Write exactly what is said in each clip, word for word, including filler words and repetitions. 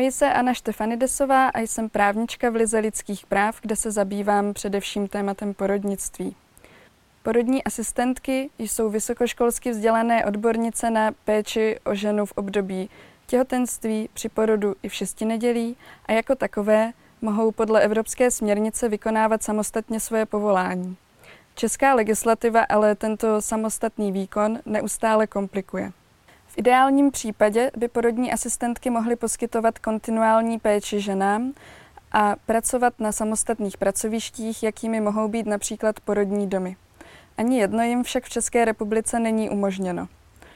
Jmenuji se Anna Štefanidesová a jsem právnička v Lize lidských práv, kde se zabývám především tématem porodnictví. Porodní asistentky jsou vysokoškolsky vzdělané odbornice na péči o ženu v období těhotenství, při porodu i v šesti nedělí a jako takové mohou podle evropské směrnice vykonávat samostatně svoje povolání. Česká legislativa ale tento samostatný výkon neustále komplikuje. V ideálním případě by porodní asistentky mohly poskytovat kontinuální péči ženám a pracovat na samostatných pracovištích, jakými mohou být například porodní domy. Ani jedno jim však v České republice není umožněno.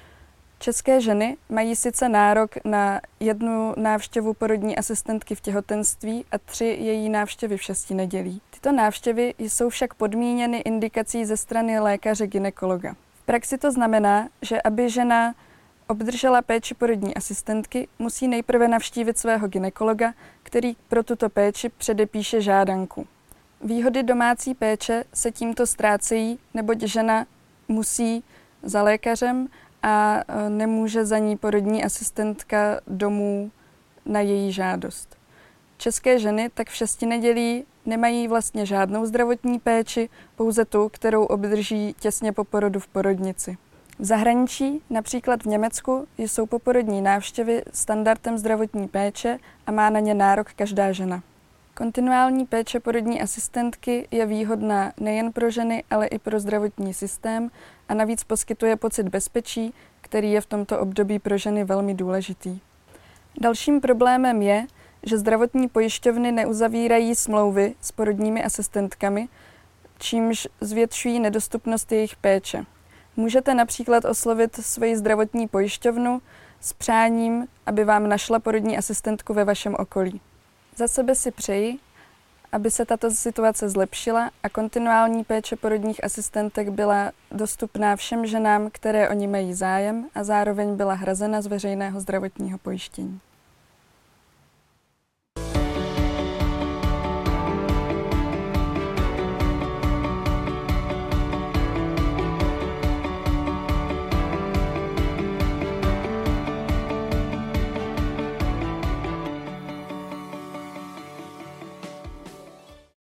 České ženy mají sice nárok na jednu návštěvu porodní asistentky v těhotenství a tři její návštěvy v šesti nedělí. Tyto návštěvy jsou však podmíněny indikací ze strany lékaře gynekologa. V praxi to znamená, že aby žena obdržela péči porodní asistentky, musí nejprve navštívit svého gynekologa, který pro tuto péči předepíše žádanku. Výhody domácí péče se tímto ztrácejí, neboť žena musí za lékařem a nemůže za ní porodní asistentka domů na její žádost. České ženy tak v šesti nedělí nemají vlastně žádnou zdravotní péči, pouze tu, kterou obdrží těsně po porodu v porodnici. V zahraničí, například v Německu, jsou poporodní návštěvy standardem zdravotní péče a má na ně nárok každá žena. Kontinuální péče porodní asistentky je výhodná nejen pro ženy, ale i pro zdravotní systém a navíc poskytuje pocit bezpečí, který je v tomto období pro ženy velmi důležitý. Dalším problémem je, že zdravotní pojišťovny neuzavírají smlouvy s porodními asistentkami, čímž zvětšují nedostupnost jejich péče. Můžete například oslovit svoji zdravotní pojišťovnu s přáním, aby vám našla porodní asistentku ve vašem okolí. Za sebe si přeji, aby se tato situace zlepšila a kontinuální péče porodních asistentek byla dostupná všem ženám, které o ní mají zájem a zároveň byla hrazena z veřejného zdravotního pojištění.